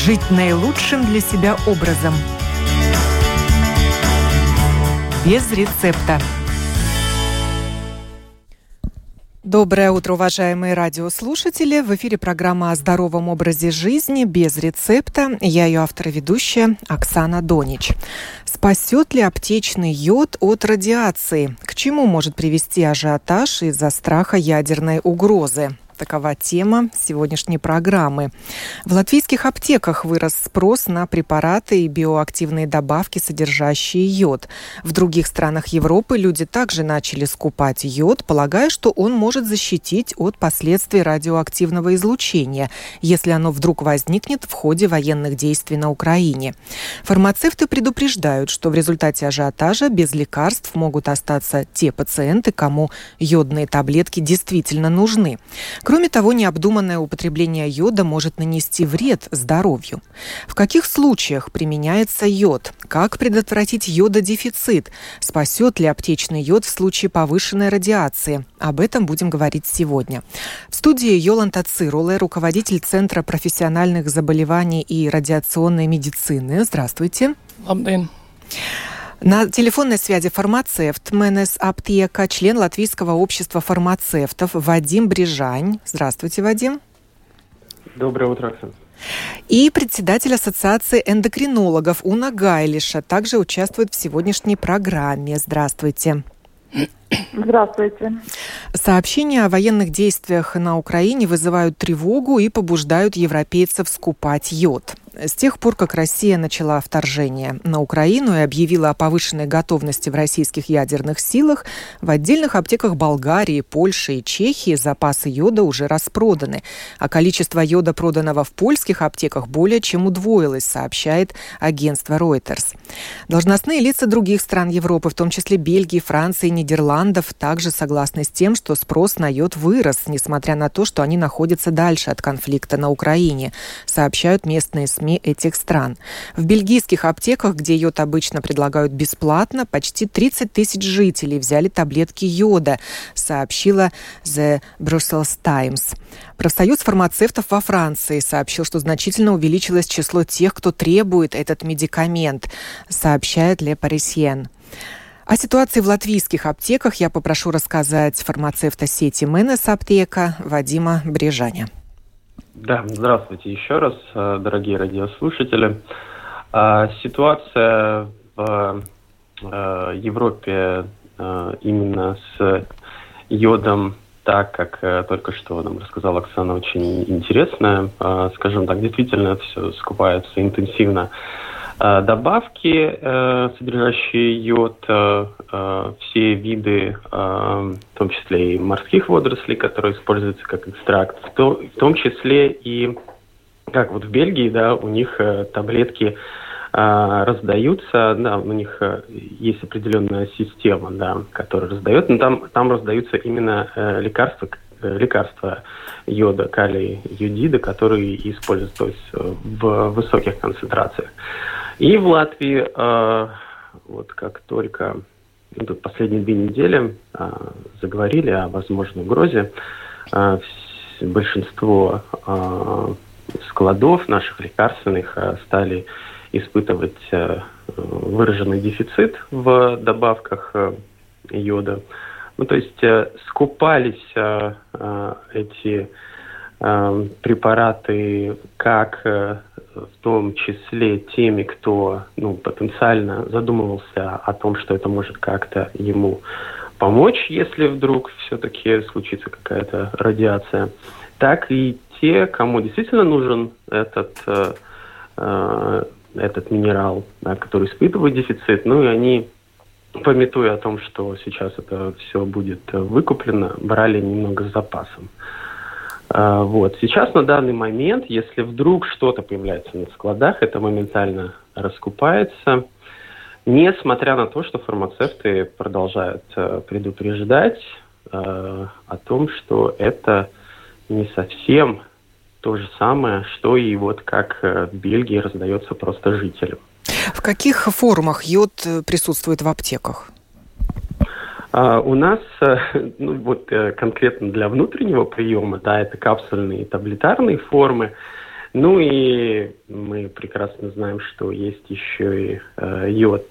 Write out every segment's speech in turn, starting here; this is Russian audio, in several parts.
Жить наилучшим для себя образом. Без рецепта. Доброе утро, уважаемые радиослушатели. В эфире программа о здоровом образе жизни без рецепта. Я ее автор и ведущая Оксана Донич. Спасет ли аптечный йод от радиации? К чему может привести ажиотаж из-за страха ядерной угрозы? Такова тема сегодняшней программы. В латвийских аптеках вырос спрос на препараты и биоактивные добавки, содержащие йод. В других странах Европы люди также начали скупать йод, полагая, что он может защитить от последствий радиоактивного излучения, если оно вдруг возникнет в ходе военных действий на Украине. Фармацевты предупреждают, что в результате ажиотажа без лекарств могут остаться те пациенты, кому йодные таблетки действительно нужны. Кроме того, необдуманное употребление йода может нанести вред здоровью. В каких случаях применяется йод? Как предотвратить йододефицит? Спасет ли аптечный йод в случае повышенной радиации? Об этом будем говорить сегодня. В студии Йоланта Цируле, руководитель Центра профессиональных заболеваний и радиационной медицины. Здравствуйте. Labdien. На телефонной связи фармацевт Менес Аптека, член Латвийского общества фармацевтов Вадим Брижань. Здравствуйте, Вадим. Доброе утро, Оксана. И председатель Ассоциации эндокринологов Уна Гайлиша также участвует в сегодняшней программе. Здравствуйте. Здравствуйте. Сообщения о военных действиях на Украине вызывают тревогу и побуждают европейцев скупать йод. С тех пор, как Россия начала вторжение на Украину и объявила о повышенной готовности в российских ядерных силах, в отдельных аптеках Болгарии, Польши и Чехии запасы йода уже распроданы, а количество йода, проданного в польских аптеках, более чем удвоилось, сообщает агентство Reuters. Должностные лица других стран Европы, в том числе Бельгии, Франции, Нидерландов, также согласны с тем, что спрос на йод вырос, несмотря на то, что они находятся дальше от конфликта на Украине, сообщают местные СМИ этих стран. В бельгийских аптеках, где йод обычно предлагают бесплатно, почти 30 тысяч жителей взяли таблетки йода, сообщила The Brussels Times. Профсоюз фармацевтов во Франции сообщил, что значительно увеличилось число тех, кто требует этот медикамент, сообщает Le Parisien. О ситуации в латвийских аптеках я попрошу рассказать фармацевта сети Менес Аптека Вадима Брижаня. Да, здравствуйте еще раз, дорогие радиослушатели. Ситуация в Европе именно с йодом, так как только что нам рассказала Оксана, очень интересная. Скажем так, действительно это все скупается интенсивно. Добавки, содержащие йод, все виды, в том числе и морских водорослей, которые используются как экстракт, в том числе и, как вот в Бельгии, да, у них таблетки раздаются, да, у них есть определенная система, да, которая раздает, но там раздаются именно лекарства йода, калия, йодида, которые используются, то есть в высоких концентрациях. И в Латвии, вот как только последние 2 недели заговорили о возможной угрозе, большинство складов наших лекарственных стали испытывать выраженный дефицит в добавках йода. Ну, то есть скупались эти препараты как в том числе теми, кто потенциально задумывался о том, что это может как-то ему помочь, если вдруг все-таки случится какая-то радиация, так и те, кому действительно нужен этот минерал, да, который испытывает дефицит, и они, памятуя о том, что сейчас это все будет выкуплено, брали немного с запасом. Вот. Сейчас, на данный момент, если вдруг что-то появляется на складах, это моментально раскупается, несмотря на то, что фармацевты продолжают предупреждать о том, что это не совсем то же самое, что и вот как в Бельгии раздается просто жителям. В каких формах йод присутствует в аптеках? У нас, конкретно для внутреннего приема, да, это капсульные и таблетарные формы. Ну и мы прекрасно знаем, что есть еще и йод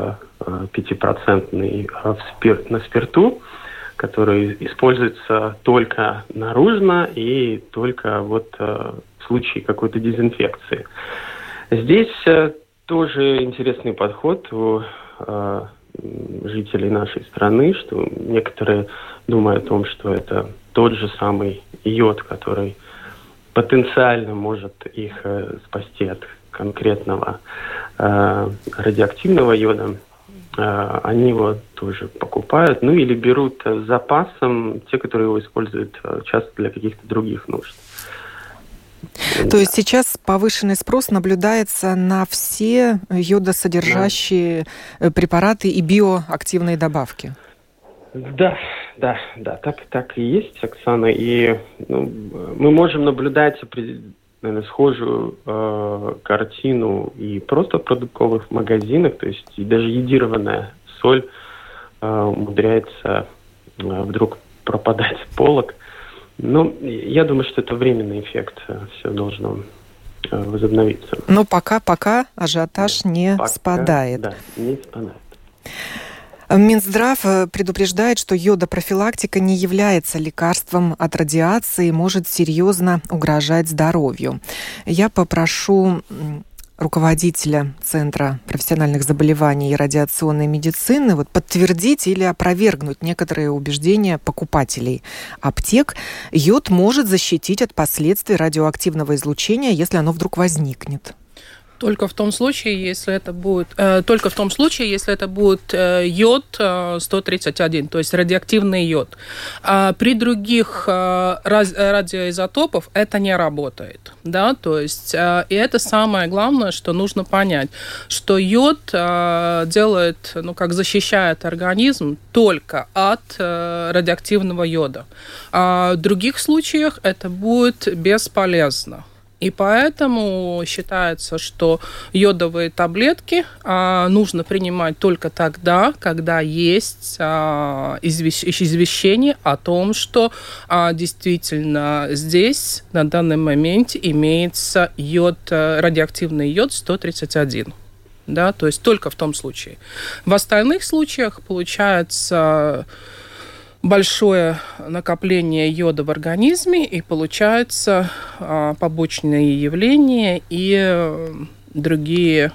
5% на спирту, который используется только наружно и только вот в случае какой-то дезинфекции. Здесь тоже интересный подход у жителей нашей страны, что некоторые думают о том, что это тот же самый йод, который потенциально может их спасти от конкретного радиоактивного йода. Они его тоже покупают, ну или берут с запасом те, которые его используют часто для каких-то других нужд. То есть сейчас повышенный спрос наблюдается на все йодосодержащие препараты и биоактивные добавки? Да, так и есть, Оксана. И мы можем наблюдать, наверное, схожую картину и просто в продуктовых магазинах, то есть и даже йодированная соль умудряется вдруг пропадать с полок. Но я думаю, что это временный эффект, все должно возобновиться. Но пока ажиотаж не спадает. Да, не спадает. Минздрав предупреждает, что йодопрофилактика не является лекарством от радиации и может серьезно угрожать здоровью. Я попрошу руководителя Центра профессиональных заболеваний и радиационной медицины подтвердить или опровергнуть некоторые убеждения покупателей аптек. Йод может защитить от последствий радиоактивного излучения, если оно вдруг возникнет. Только в том случае, если это будет йод 131, то есть радиоактивный йод. А при других радиоизотопах это не работает, да, то есть и это самое главное, что нужно понять, что йод защищает организм только от радиоактивного йода. А в других случаях это будет бесполезно. И поэтому считается, что йодовые таблетки нужно принимать только тогда, когда есть извещение о том, что действительно здесь на данный момент имеется радиоактивный йод 131. Да, то есть только в том случае. В остальных случаях получается большое накопление йода в организме, и получаются побочные явления и другие,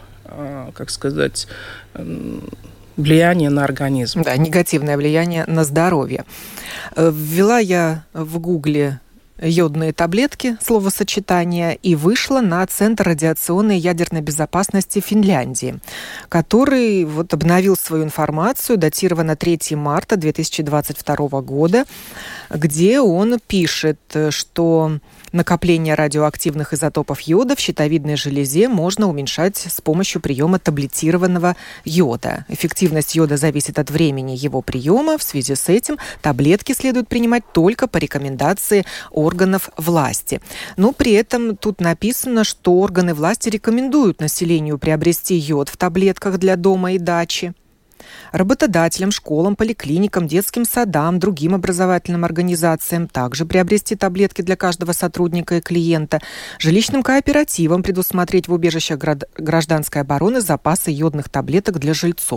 влияния на организм. Да, негативное влияние на здоровье. Ввела я в Гугле йодные таблетки, словосочетание, и вышла на Центр радиационной и ядерной безопасности Финляндии, который обновил свою информацию, датирована 3 марта 2022 года, где он пишет, что накопление радиоактивных изотопов йода в щитовидной железе можно уменьшать с помощью приема таблетированного йода. Эффективность йода зависит от времени его приема. В связи с этим таблетки следует принимать только по рекомендации органов власти. Но при этом тут написано, что органы власти рекомендуют населению приобрести йод в таблетках для дома и дачи. Работодателям, школам, поликлиникам, детским садам, другим образовательным организациям также приобрести таблетки для каждого сотрудника и клиента. Жилищным кооперативам предусмотреть в убежищах гражданской обороны запасы йодных таблеток для жильцов.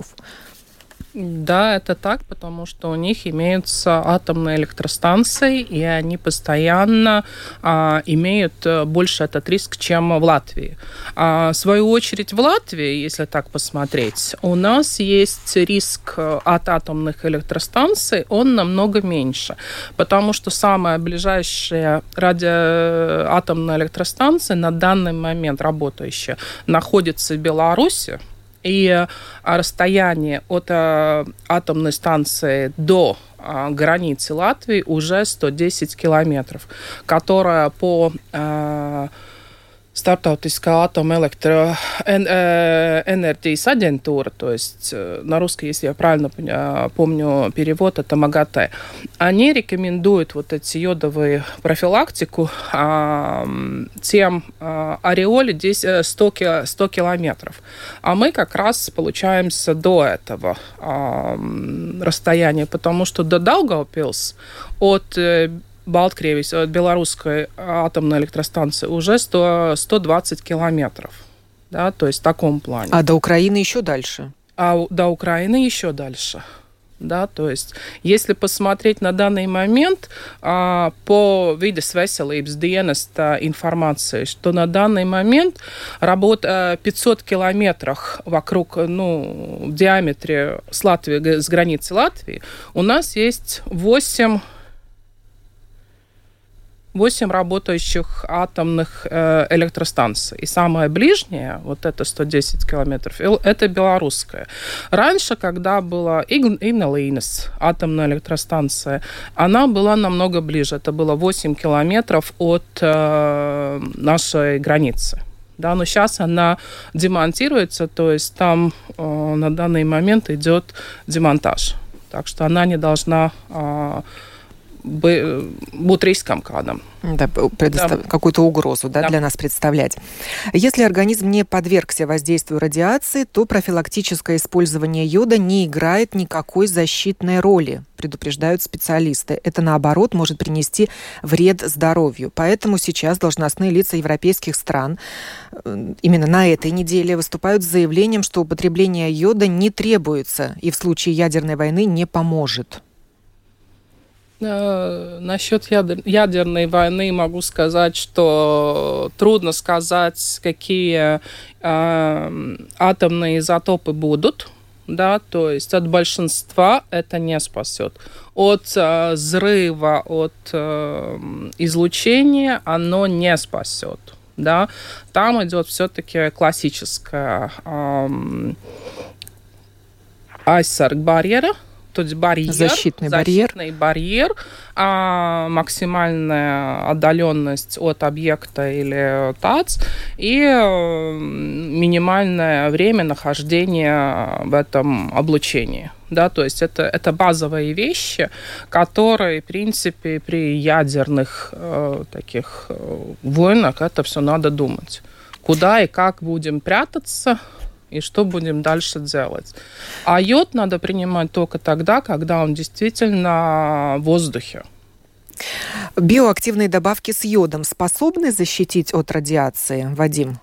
Да, это так, потому что у них имеются атомные электростанции, и они постоянно имеют больше этот риск, чем в Латвии. В свою очередь в Латвии, если так посмотреть, у нас есть риск от атомных электростанций, он намного меньше, потому что самая ближайшая радиоатомная электростанция на данный момент работающая находится в Беларуси. И расстояние от атомной станции до границы Латвии уже 110 километров, которая по Startautiskā атомоэлектроэнергijas агентура, то есть на русский, если я правильно помню перевод, это МАГАТЭ, они рекомендуют эти йодовые профилактику тем ореоле 100 километров. А мы как раз получаемся до этого расстояния, потому что до Даугавпилс от Балткриевис, от белорусской атомной электростанции, уже 120 километров. Да, то есть в таком плане. А до Украины еще дальше? А до Украины еще дальше. Да, то есть, если посмотреть на данный момент по Vides veselības dienesta информации, что на данный момент работа 500 километрах вокруг, в диаметре с границы Латвии, у нас есть 8 работающих атомных электростанций. И самая ближняя, вот это 110 километров, это белорусская. Раньше, когда была Игналинас, атомная электростанция, она была намного ближе. Это было 8 километров от нашей границы. Да, но сейчас она демонтируется, то есть там на данный момент идет демонтаж. Так что она не должна быть риском кадом. Да, какую-то угрозу для нас представлять. Если организм не подвергся воздействию радиации, то профилактическое использование йода не играет никакой защитной роли, предупреждают специалисты. Это, наоборот, может принести вред здоровью. Поэтому сейчас должностные лица европейских стран именно на этой неделе выступают с заявлением, что употребление йода не требуется и в случае ядерной войны не поможет. Насчет ядерной войны могу сказать, что трудно сказать, какие атомные изотопы будут. Да, то есть от большинства это не спасет. От взрыва, от излучения оно не спасет. Да. Там идет все-таки классическая айсарг-барьера. То есть защитный барьер, максимальная отдаленность от объекта или ТАЦ и минимальное время нахождения в этом облучении. Да, то есть это базовые вещи, которые, в принципе, при ядерных таких войнах это все надо думать. Куда и как будем прятаться, и что будем дальше делать. А йод надо принимать только тогда, когда он действительно в воздухе. Биоактивные добавки с йодом способны защитить от радиации, Вадим?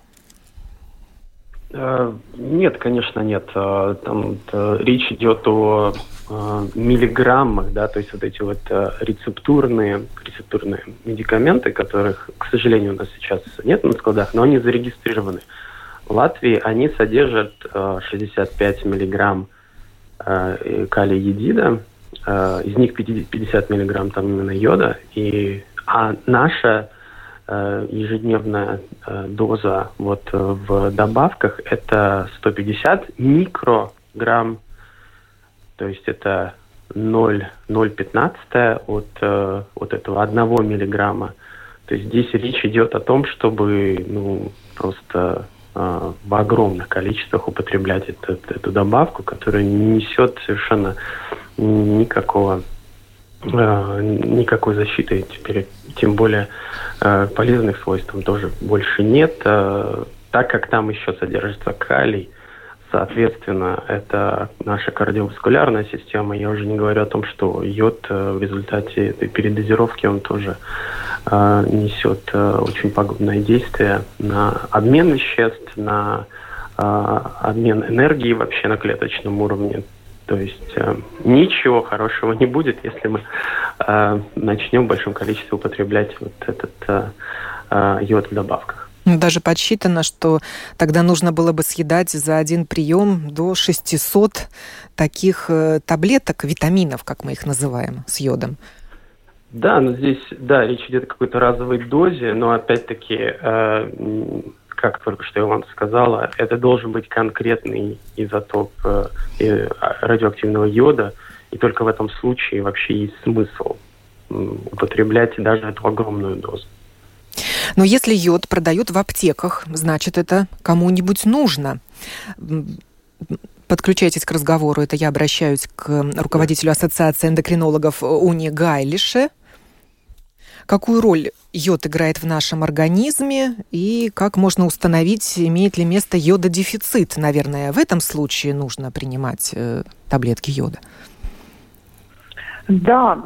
Нет, конечно, нет. Там речь идет о миллиграммах, да, то есть вот эти вот рецептурные медикаменты, которых, к сожалению, у нас сейчас нет на складах, но они зарегистрированы. В Латвии они содержат 65 миллиграмм калия-йодида, из них 50 миллиграмм там именно йода, а наша ежедневная доза вот в добавках это 150 микрограмм, то есть это 0,15 от этого 1 миллиграмма. То есть здесь речь идет о том, чтобы просто в огромных количествах употреблять эту добавку, которая не несет совершенно никакой защиты, теперь, тем более полезных свойств там тоже больше нет, так как там еще содержится калий. Соответственно, это наша кардиоваскулярная система. Я уже не говорю о том, что йод в результате этой передозировки он тоже несет очень пагубное действие на обмен веществ, на обмен энергии вообще на клеточном уровне. То есть ничего хорошего не будет, если мы начнем в большом количестве употреблять вот этот йод в добавках. Даже подсчитано, что тогда нужно было бы съедать за один прием до 600 таких таблеток, витаминов, как мы их называем, с йодом. Да, но здесь, речь идет о какой-то разовой дозе, но опять-таки, как только что я вам сказала, это должен быть конкретный изотоп радиоактивного йода, и только в этом случае вообще есть смысл употреблять даже эту огромную дозу. Но если йод продают в аптеках, значит, это кому-нибудь нужно. Подключайтесь к разговору. Это я обращаюсь к руководителю Ассоциации эндокринологов Уни Гайлише. Какую роль йод играет в нашем организме и как можно установить, имеет ли место йододефицит? Наверное, в этом случае нужно принимать таблетки йода. Да,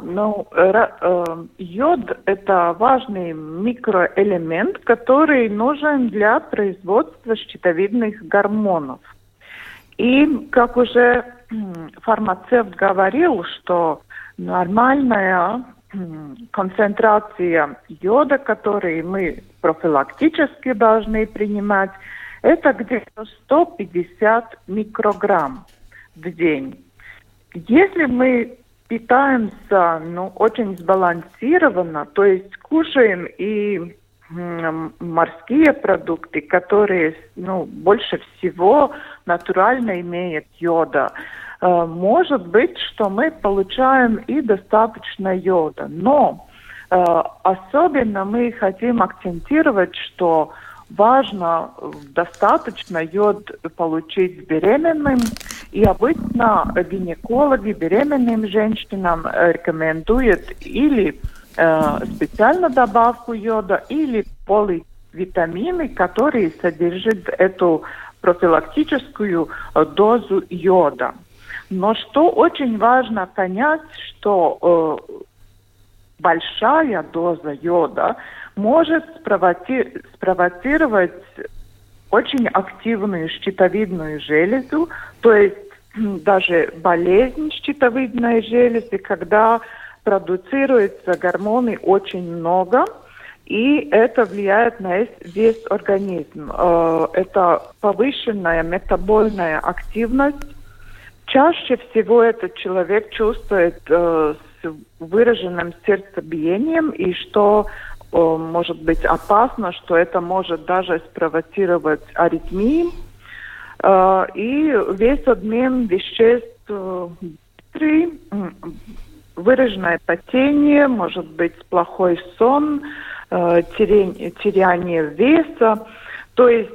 йод – это важный микроэлемент, который нужен для производства щитовидных гормонов. И, как уже фармацевт говорил, что нормальная концентрация йода, который мы профилактически должны принимать, это где-то 150 микрограмм в день. Если мы питаемся очень сбалансированно, то есть кушаем и морские продукты, которые больше всего натурально имеют йода, может быть, что мы получаем и достаточно йода. Но особенно мы хотим акцентировать, что важно достаточно йод получить беременным, и обычно гинекологи беременным женщинам рекомендуют или специальную добавку йода, или поливитамины, которые содержат эту профилактическую дозу йода. Но что очень важно понять, что большая доза йода может спровоцировать очень активную щитовидную железу, то есть даже болезнь щитовидной железы, когда продуцируется гормоны очень много, и это влияет на весь организм. Это повышенная метабольная активность. Чаще всего этот человек чувствует с выраженным сердцебиением, и что может быть опасно, что это может даже спровоцировать аритмии. И весь обмен веществ быстрый, выраженное потение, может быть плохой сон, теряние веса. То есть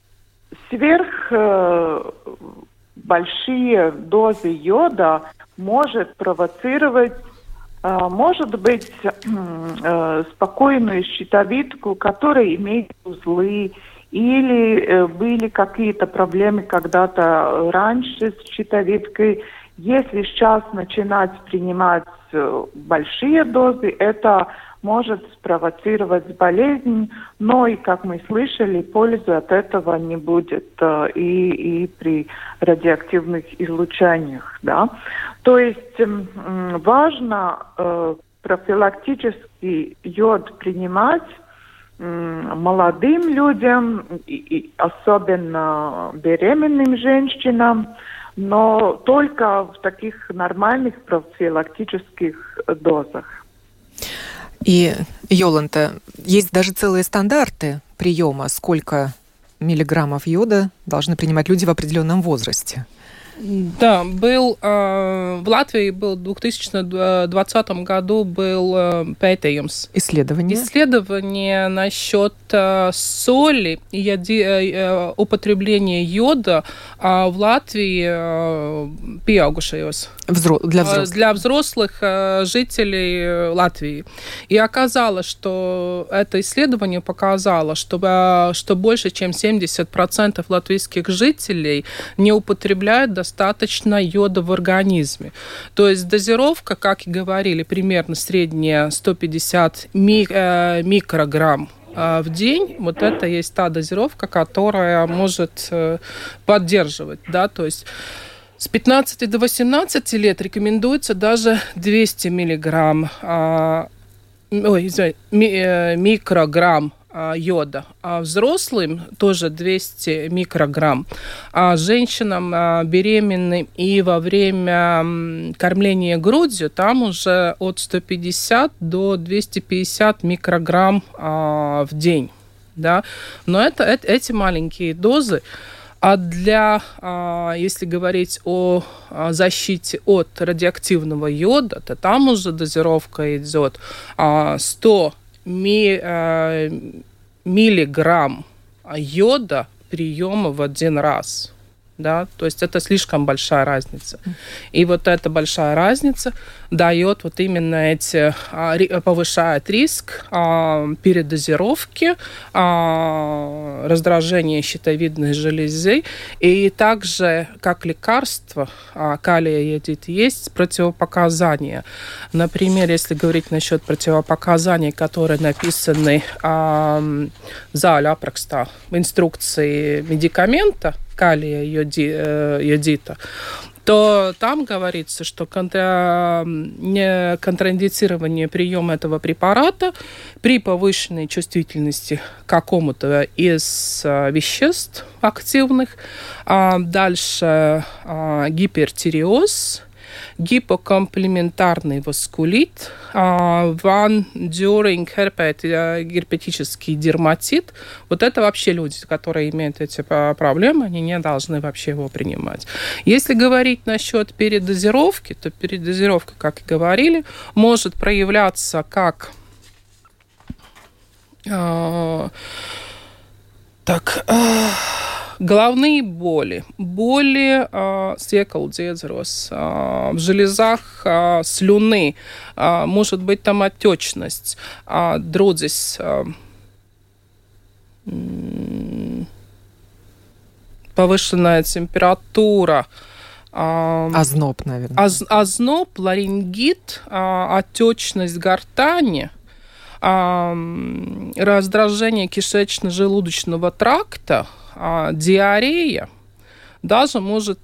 большие дозы йода может провоцировать, может быть, спокойную щитовидку, которая имеет узлы, или были какие-то проблемы когда-то раньше с щитовидкой. Если сейчас начинать принимать большие дозы, это может спровоцировать болезнь, но и, как мы слышали, пользы от этого не будет и при радиоактивных излучениях. Да? То есть важно профилактический йод принимать молодым людям, и особенно беременным женщинам, но только в таких нормальных профилактических дозах. И, Йоланта, есть даже целые стандарты приема, сколько миллиграммов йода должны принимать люди в определенном возрасте. Да, в Латвии в 2020 году был пētījums. Исследование насчет соли и употребления йода в Латвии для взрослых жителей Латвии. И оказалось, что это исследование показало, что больше чем 70% латвийских жителей не употребляют достаточно йода в организме. То есть дозировка, как и говорили, примерно средняя 150 микрограмм в день. Вот это есть та дозировка, которая может поддерживать. Да? То есть с 15 до 18 лет рекомендуется даже 200 микрограмм йода, а взрослым тоже 200 микрограмм, а женщинам беременным и во время кормления грудью там уже от 150 до 250 микрограмм в день. Да? Но эти маленькие дозы. А если говорить о защите от радиоактивного йода, то там уже дозировка идет 100 миллиграмм йода приема в один раз. Да, то есть это слишком большая разница. И вот эта большая разница дает вот именно эти, повышает риск передозировки, раздражения щитовидной железы. И также, как лекарство, калий-йодид, есть противопоказания. Например, если говорить насчет противопоказаний, которые написаны зāļu aprakstā в инструкции медикамента, калия йодита, то там говорится, что контраиндицирование приема этого препарата при повышенной чувствительности к какому-то из веществ активных. Дальше гипертиреоз, гипокомплементарный васкулит, during герпетический дерматит. Вот это вообще люди, которые имеют эти проблемы, они не должны вообще его принимать. Если говорить насчет передозировки, то передозировка, как и говорили, может проявляться как головные боли, секл дзедзерос, в железах слюны, может быть там отечность, друдзис, повышенная температура, озноб, наверное. Озноб, ларингит, отечность гортани, раздражение кишечно-желудочного тракта, диарея, даже может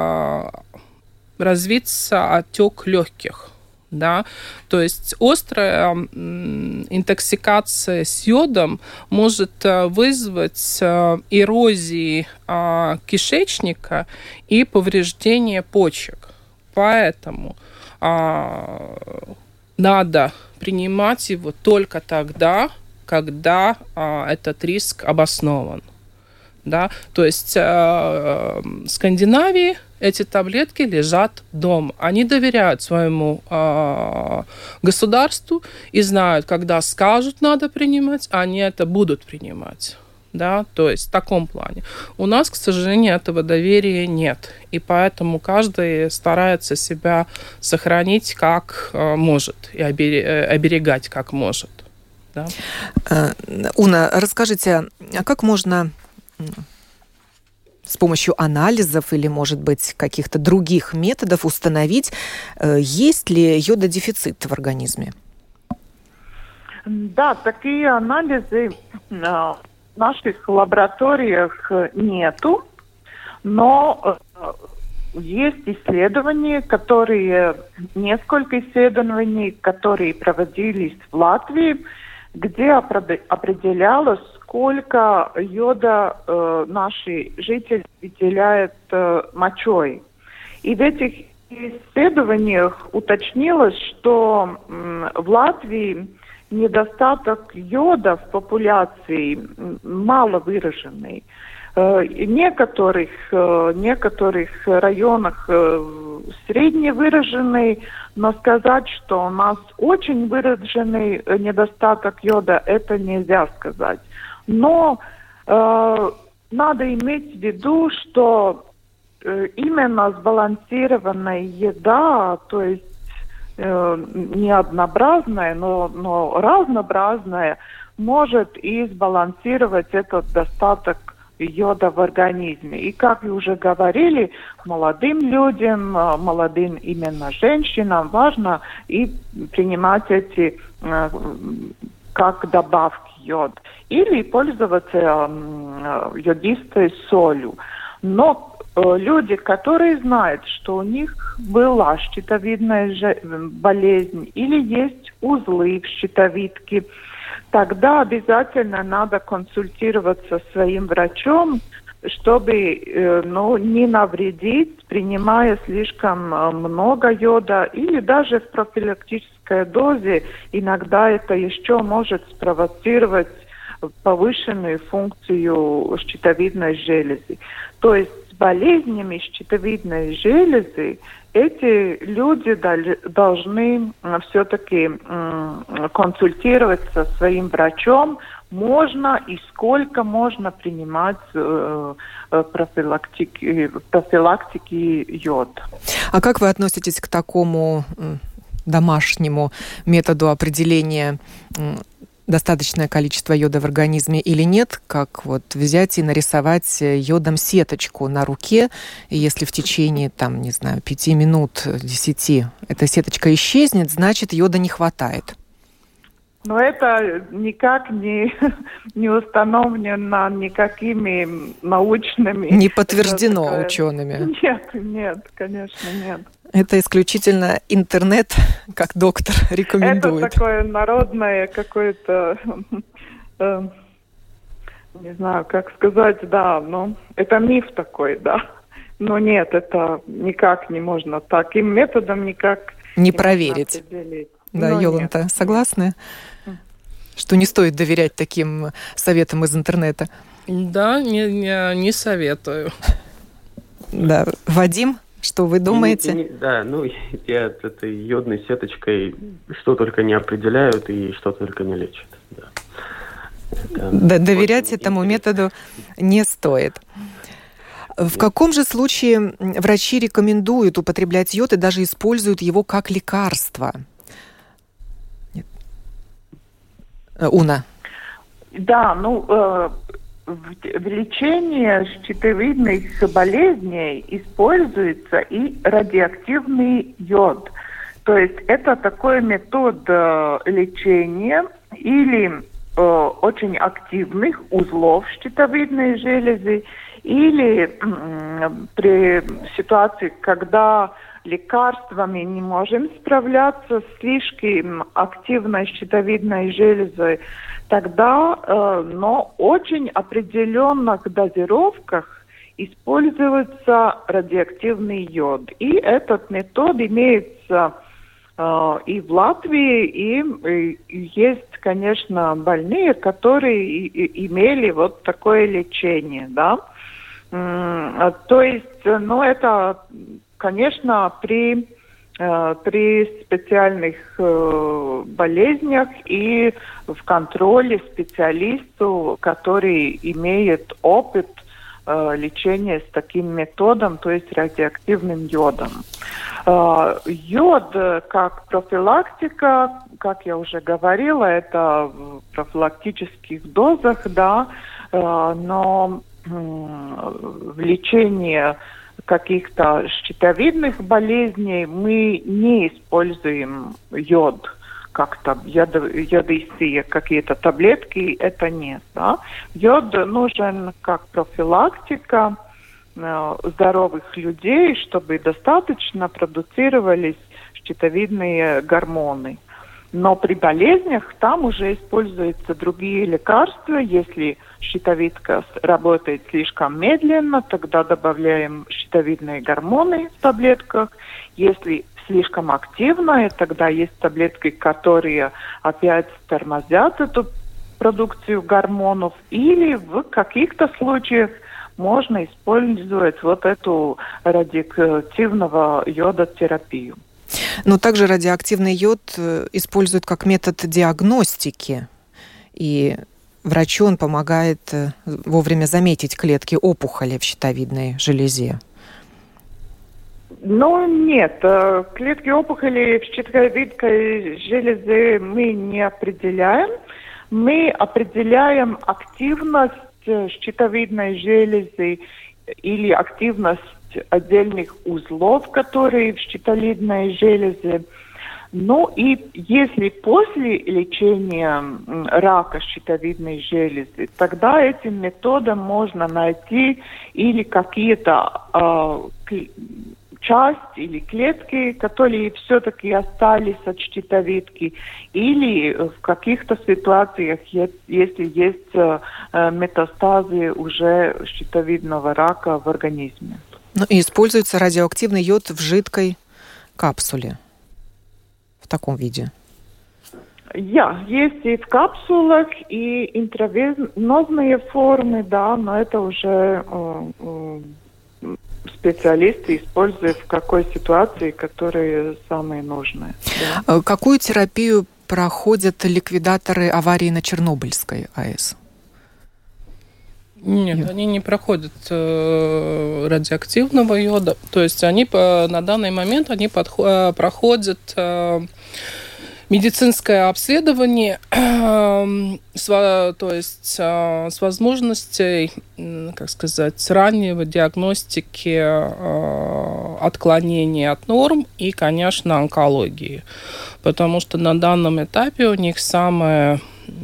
развиться отек легких. Да? То есть острая интоксикация с йодом может вызвать эрозии кишечника и повреждение почек. Поэтому надо принимать его только тогда, когда этот риск обоснован. Да? То есть в Скандинавии эти таблетки лежат дома. Они доверяют своему государству и знают, когда скажут, надо принимать, они это будут принимать. Да? То есть в таком плане. У нас, к сожалению, этого доверия нет. И поэтому каждый старается себя сохранить как может и оберегать как может. Да? Уна, расскажите, а как можно с помощью анализов или, может быть, каких-то других методов установить, есть ли йододефицит в организме? Да, такие анализы в наших лабораториях нету, но есть исследования, несколько исследований, которые проводились в Латвии, где определялось, сколько йода наши жители выделяют мочой. И в этих исследованиях уточнилось, что в Латвии недостаток йода в популяции мало выраженный. В некоторых районах средне выраженный, но сказать, что у нас очень выраженный недостаток йода, это нельзя сказать. Но надо иметь в виду, что именно сбалансированная еда, то есть не однообразная, но разнообразная, может и сбалансировать этот достаток йода в организме. И, как вы уже говорили, молодым людям, молодым именно женщинам важно и принимать эти как добавки йод или пользоваться йодистой солью. Но люди, которые знают, что у них была щитовидная болезнь или есть узлы в щитовидке, тогда обязательно надо консультироваться со своим врачом, чтобы не навредить, принимая слишком много йода, или даже в профилактической дозе иногда это еще может спровоцировать повышенную функцию щитовидной железы. То есть с болезнями щитовидной железы эти люди должны все-таки консультироваться со своим врачом, можно и сколько можно принимать профилактики йод. А как вы относитесь к такому домашнему методу определения достаточное количество йода в организме или нет, как вот взять и нарисовать йодом сеточку на руке, и если в течение, 5 минут, 10 эта сеточка исчезнет, значит, йода не хватает? Но это никак не установлено никакими научными... Не подтверждено учеными. Нет, конечно, нет. Это исключительно интернет, как доктор рекомендует. Это такое народное какое-то, не знаю, как сказать, да, но это миф такой, да. Но нет, это никак не можно таким методом никак не проверить. Да, Йоланта, согласны? Что не стоит доверять таким советам из интернета? Да, не советую. Да, Вадим? Что вы думаете? Я этой йодной сеточкой что только не определяют и что только не лечат. Да, доверять этому методу не стоит. В каком же случае врачи рекомендуют употреблять йод и даже используют его как лекарство? Уна. Да, в лечении щитовидных болезней используется и радиоактивный йод. То есть это такой метод лечения или очень активных узлов щитовидной железы, или при ситуации, когда лекарствами не можем справляться с слишком активной щитовидной железой, тогда, но очень определенных дозировках используется радиоактивный йод. И этот метод имеется и в Латвии, и есть, конечно, больные, которые имели вот такое лечение, да. То есть, это, конечно, при специальных болезнях и в контроле специалисту, который имеет опыт лечения с таким методом, то есть радиоактивным йодом. Йод как профилактика, как я уже говорила, это в профилактических дозах, да, но в лечении каких-то щитовидных болезней мы не используем йод, как-то йодистые какие-то таблетки, это нет. Да? Йод нужен как профилактика здоровых людей, чтобы достаточно продуцировались щитовидные гормоны. Но при болезнях там уже используются другие лекарства. Если щитовидка работает слишком медленно, тогда добавляем щитовидные гормоны в таблетках. Если слишком активная, тогда есть таблетки, которые опять тормозят эту продукцию гормонов. Или в каких-то случаях можно использовать вот эту радиоактивного йодотерапию. Но также радиоактивный йод используют как метод диагностики. И врачу он помогает вовремя заметить клетки опухоли в щитовидной железе. Нет. Клетки опухоли в щитовидной железе мы не определяем. Мы определяем активность щитовидной железы или активность отдельных узлов, которые в щитовидной железе. И если после лечения рака щитовидной железы, тогда этим методом можно найти или какие-то части или клетки, которые все-таки остались от щитовидки, или в каких-то ситуациях, если есть метастазы уже щитовидного рака в организме. И используется радиоактивный йод в жидкой капсуле. В таком виде. Есть и в капсулах, и интравенозные формы, да, но это уже специалисты используют в какой ситуации, которые самые нужные. Да. Какую терапию проходят ликвидаторы аварии на Чернобыльской АЭС? Нет, они не проходят радиоактивного йода. То есть они на данный момент проходят медицинское обследование, то есть с возможностью, как сказать, раннего диагностики отклонений от норм и, конечно, онкологии. Потому что на данном этапе у них самое,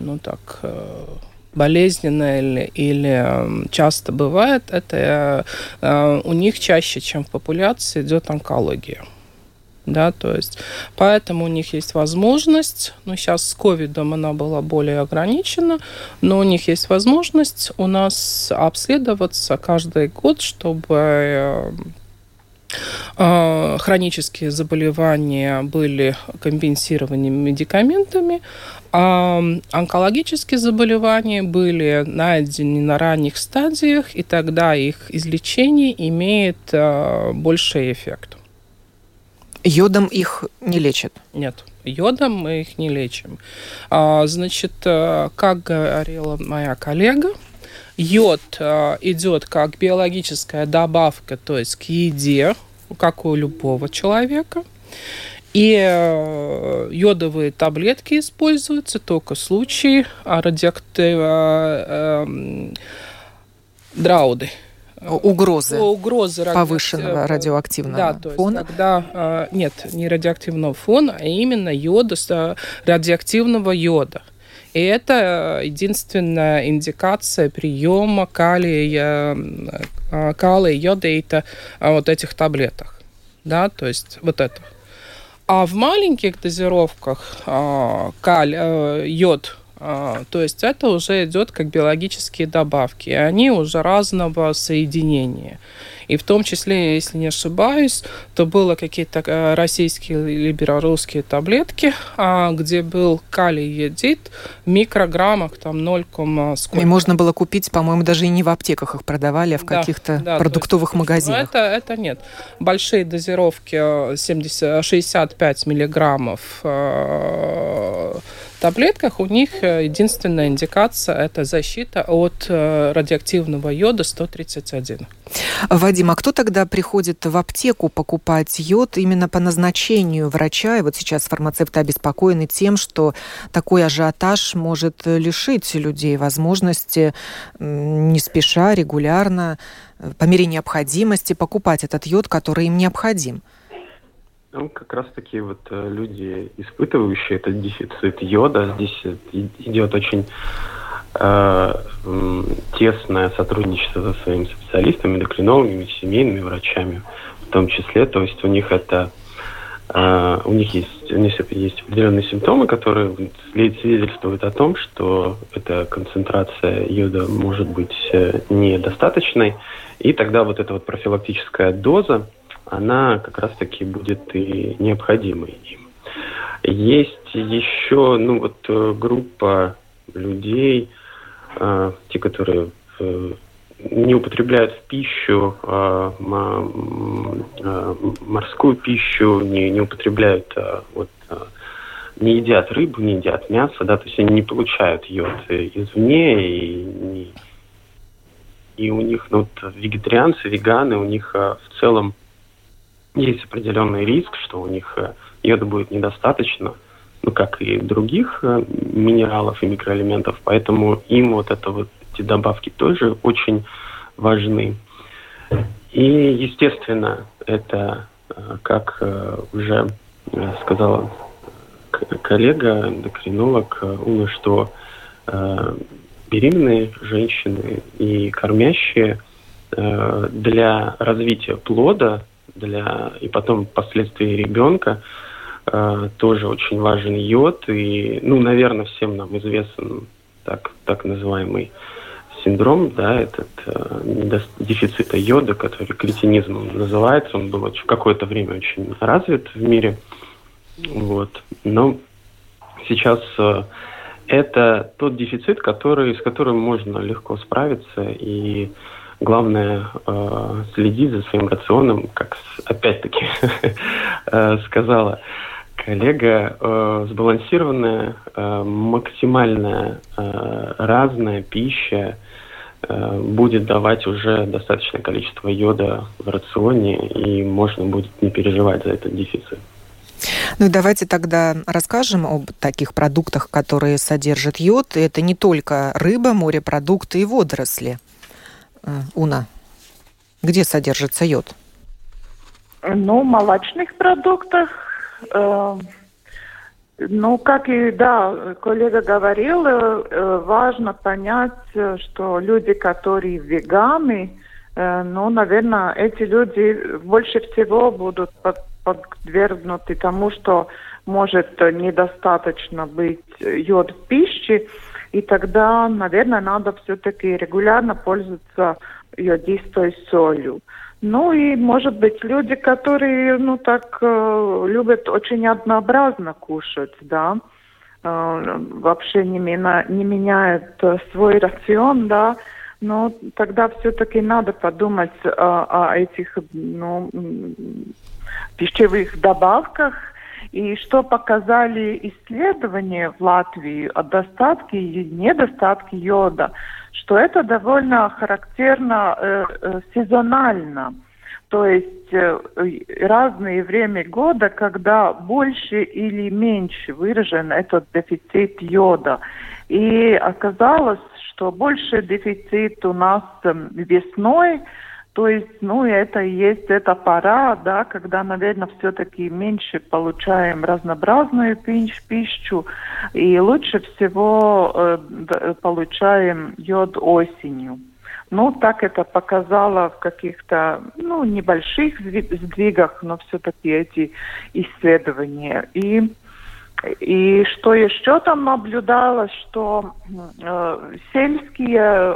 болезненное или часто бывает, это у них чаще, чем в популяции, идет онкология. Да, то есть, поэтому у них есть возможность, сейчас с ковидом она была более ограничена, но у них есть возможность у нас обследоваться каждый год, чтобы хронические заболевания были компенсированы медикаментами, а онкологические заболевания были найдены на ранних стадиях, и тогда их излечение имеет больший эффект. Йодом их не лечат? Нет, йодом мы их не лечим. Значит, как говорила моя коллега, йод идет как биологическая добавка, то есть к еде, как у любого человека. И йодовые таблетки используются только в случае драуды. Угрозы повышенного радиоактивного фона? Когда, нет, не радиоактивного фона, а именно радиоактивного йода. И это единственная индикация приема калия, йодейта вот этих таблеток. Да, то есть вот это. А в маленьких дозировках йод, то есть это уже идет как биологические добавки, и они уже разного соединения. И в том числе, если не ошибаюсь, то было какие-то российские или белорусские таблетки, где был калий-йодид в микрограммах, там 0, сколько. И можно было купить, по-моему, даже и не в аптеках их продавали, а в каких-то продуктовых магазинах. Это нет. Большие дозировки 65 миллиграммов в таблетках, у них единственная индикация – это защита от радиоактивного йода 131. Вадим, а кто тогда приходит в аптеку покупать йод именно по назначению врача? И вот сейчас фармацевты обеспокоены тем, что такой ажиотаж может лишить людей возможности не спеша, регулярно, по мере необходимости покупать этот йод, который им необходим. Как раз-таки вот люди, испытывающие этот дефицит йода, здесь идет очень тесное сотрудничество со своими специалистами, эндокринологами, семейными врачами в том числе. То есть у них есть определенные симптомы, которые свидетельствуют о том, что эта концентрация йода может быть недостаточной, и тогда вот эта вот профилактическая доза, она как раз-таки будет и необходимой им. Есть еще группа людей, те, которые не употребляют в пищу морскую пищу, не употребляют, не едят рыбу, не едят мясо, да, то есть они не получают йод извне, и у них, вегетарианцы, веганы, у них в целом есть определенный риск, что у них йода будет недостаточно, как и других минералов и микроэлементов, поэтому им эти добавки тоже очень важны. И, естественно, это, как уже сказала коллега, эндокринолог, что беременные женщины и кормящие для развития плода, и потом впоследствии ребенка, тоже очень важен йод. И, наверное, всем нам известен так называемый синдром, да, этот дефицита йода, который кретинизмом называется. Он был в какое-то время очень развит в мире. Но сейчас это тот дефицит, с которым можно легко справиться, и главное следить за своим рационом, как опять-таки сказала коллега, сбалансированная, максимально разная пища будет давать уже достаточное количество йода в рационе, и можно будет не переживать за этот дефицит. Ну и давайте тогда расскажем об таких продуктах, которые содержат йод. Это не только рыба, морепродукты и водоросли. Уна, где содержится йод? Ну, в молочных продуктах. Ну, как и, коллега говорил, важно понять, что люди, которые веганы, наверное, эти люди больше всего будут подвергнуты тому, что может недостаточно быть йод в пище, и тогда, наверное, надо все-таки регулярно пользоваться йодистой солью. Ну и, может быть, люди, которые, любят очень однообразно кушать, да, вообще не меняют свой рацион, да, но тогда все-таки надо подумать о этих, пищевых добавках. И что показали исследования в Латвии о достатке и недостатке йода, что это довольно характерно сезонально. То есть разные время года, когда больше или меньше выражен этот дефицит йода. И оказалось, что больше дефицит у нас весной. То есть, это и есть эта пора, да, когда, наверное, все-таки меньше получаем разнообразную пищу, и лучше всего получаем йод осенью. Так это показало в каких-то, небольших сдвигах, но все-таки эти исследования. И что еще там наблюдалось, что сельские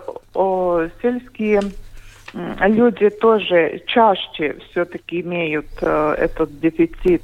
люди тоже чаще все-таки имеют этот дефицит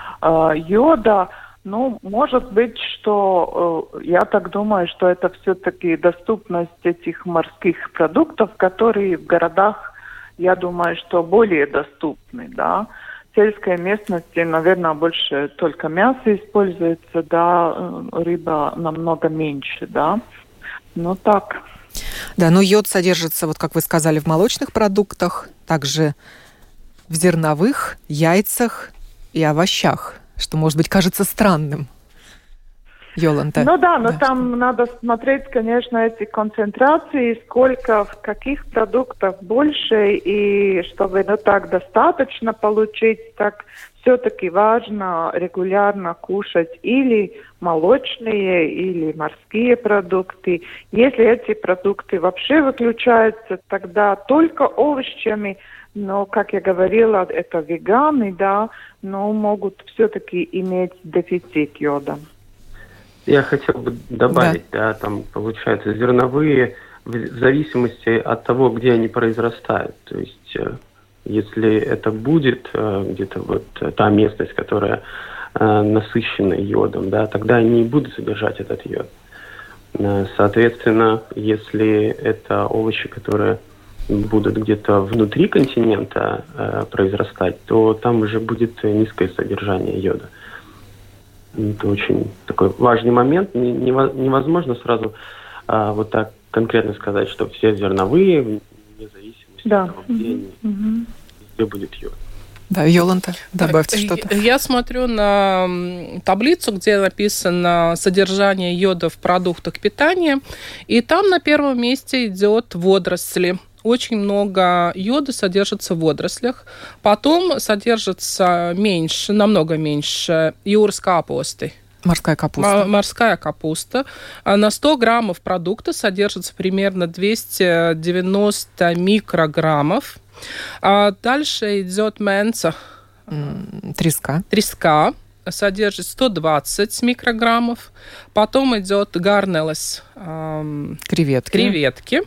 йода. Может быть, что я так думаю, что это все-таки доступность этих морских продуктов, которые в городах, я думаю, что более доступны, да. В сельской местности, наверное, больше только мясо используется, да, рыба намного меньше, да. Так. Да, йод содержится, вот как вы сказали, в молочных продуктах, также в зерновых, яйцах и овощах, что, может быть, кажется странным. Йоланта. Там надо смотреть, конечно, эти концентрации, сколько, в каких продуктах больше, и чтобы так достаточно получить, так все-таки важно регулярно кушать или молочные, или морские продукты. Если эти продукты вообще выключаются, тогда только овощами, но, как я говорила, это веганы, да, но могут все-таки иметь дефицит йода. Я хотел бы добавить, там получается зерновые в зависимости от того, где они произрастают. То есть, если это будет где-то та местность, которая насыщена йодом, да, тогда они и будут содержать этот йод. Соответственно, если это овощи, которые будут где-то внутри континента произрастать, то там уже будет низкое содержание йода. Это очень такой важный момент. Невозможно сразу вот так конкретно сказать, что все зерновые, вне зависимости от того, где будет йод. Да, Йоланта, добавьте что-то. Я смотрю на таблицу, где написано содержание йода в продуктах питания, и там на первом месте идет водоросли. Очень много йода содержится в водорослях. Потом содержится меньше, намного меньше jūras капусты. Морская капуста. Морская капуста. На 100 граммов продукта содержится примерно 290 микрограммов. Дальше идет менца. Треска. Треска. Содержит 120 микрограммов. Потом идет гарнелес. Креветки.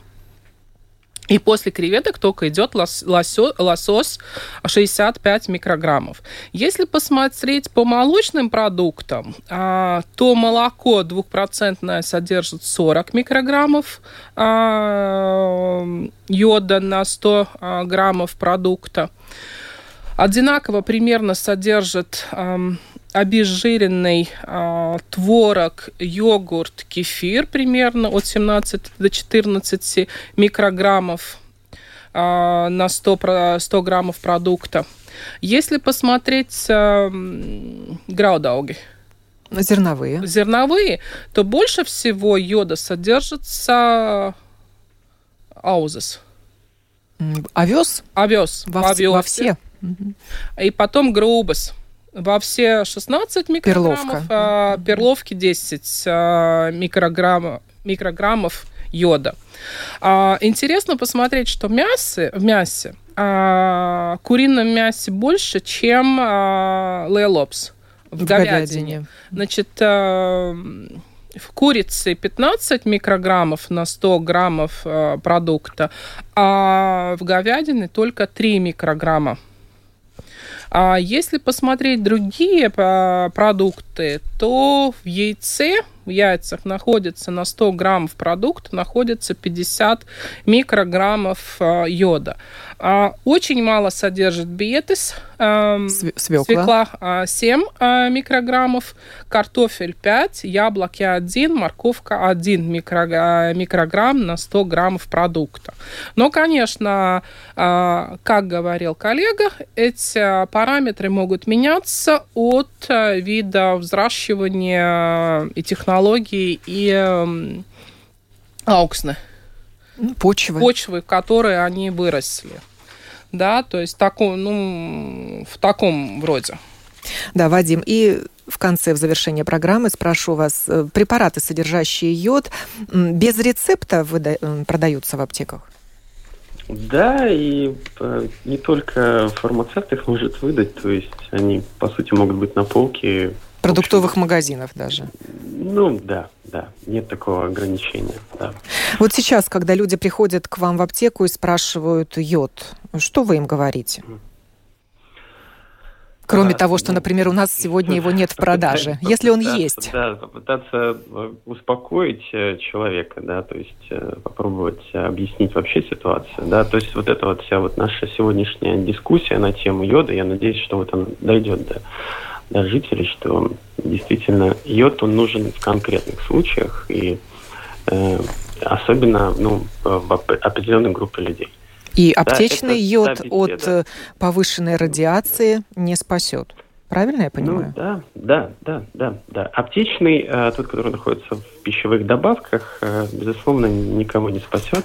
И после креветок только идет лосось 65 микрограммов. Если посмотреть по молочным продуктам, то молоко 2% содержит 40 микрограммов йода на 100 граммов продукта. Одинаково примерно содержит обезжиренный творог, йогурт, кефир примерно от 17 до 14 микрограммов на 100 граммов продукта. Если посмотреть граудауги, зерновые, то больше всего йода содержится аузес. Овес? Овес. Во все. И потом грубас. Во все 16 микрограммов, перловки 10 микрограммов йода. Интересно посмотреть, что в мясе, курином мясе больше, чем лейлопс в говядине. Значит, в курице 15 микрограммов на 100 граммов продукта, а в говядине только 3 микрограмма. А если посмотреть другие продукты, то в яйцах находится на 100 граммов продукта находится 50 микрограммов йода. Очень мало содержит биетис, свекла 7 микрограммов, картофель 5, яблоки 1, морковка 1 микрограмм на 100 граммов продукта. Но, конечно, как говорил коллега, эти параметры могут меняться от вида взращивания и технологий, и аугсны. Почвы, в которой они выросли. Да, то есть в таком роде. Да, Вадим, и в конце, в завершении программы спрошу вас, препараты, содержащие йод, без рецепта продаются в аптеках? Да, и не только фармацевт их может выдать, то есть они, по сути, могут быть на полке продуктовых магазинов даже. Ну, да, нет такого ограничения, да. Вот сейчас, когда люди приходят к вам в аптеку и спрашивают йод, что вы им говорите? Кроме того, что, например, у нас сегодня его нет в продаже, если он есть. Да, попытаться успокоить человека, да, то есть попробовать объяснить вообще ситуацию, да, то есть вот эта вот вся вот наша сегодняшняя дискуссия на тему йода, я надеюсь, что вот она дойдет до жителей, что действительно йод, он нужен в конкретных случаях и особенно в определенной группе людей. И аптечный йод от повышенной радиации не спасет. Правильно я понимаю? Да. Аптечный, тот, который находится в пищевых добавках, безусловно, никого не спасет.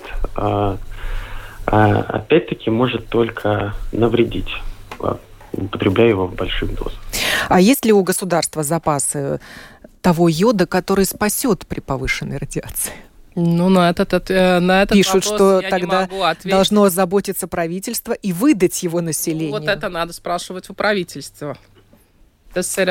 Опять-таки, может только навредить, употребляя его в больших дозах. А есть ли у государства запасы того йода, который спасет при повышенной радиации? На этот пишут, вопрос что я тогда не могу ответить. Должно озаботиться правительство и выдать его населению. Вот это надо спрашивать у правительства. Tas ir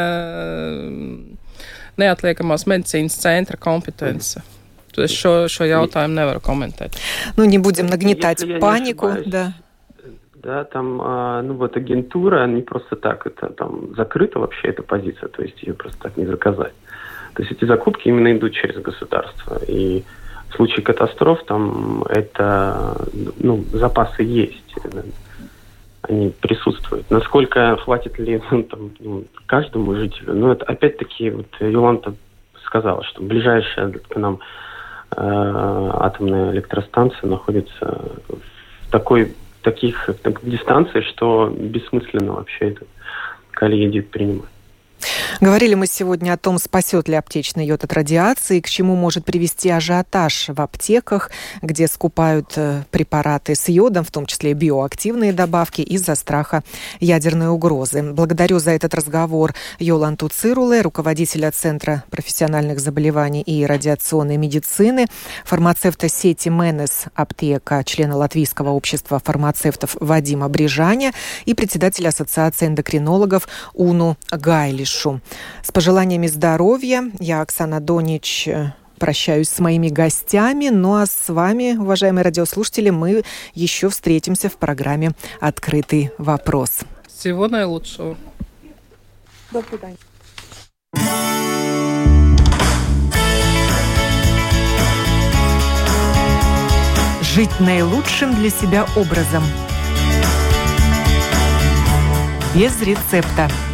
neatliekamās medicīnas centra kompetence. То есть šo jautājumu nevaru комментировать. Не будем нагнетать панику. Да, там, вот агентура, не просто так, это там закрыта вообще эта позиция, то есть ее просто так не заказать. То есть эти закупки именно идут через государство. И в случае катастроф там это, запасы есть. Они присутствуют. Насколько хватит ли каждому жителю? Это опять-таки, вот Йоланта сказала, что ближайшая к нам атомная электростанция находится в таких дистанциях, что бессмысленно вообще этот калий-йодид принимать. Говорили мы сегодня о том, спасет ли аптечный йод от радиации, к чему может привести ажиотаж в аптеках, где скупают препараты с йодом, в том числе биоактивные добавки, из-за страха ядерной угрозы. Благодарю за этот разговор Йоланту Цируле, руководителя Центра профессиональных заболеваний и радиационной медицины, фармацевта сети Менес Аптека, члена Латвийского общества фармацевтов Вадима Брижаня и председателя Ассоциации эндокринологов Уну Гайлишу. С пожеланиями здоровья я, Оксана Донич, прощаюсь с моими гостями. А с вами, уважаемые радиослушатели, мы еще встретимся в программе «Открытый вопрос». Всего наилучшего. До свидания. Жить наилучшим для себя образом. Без рецепта.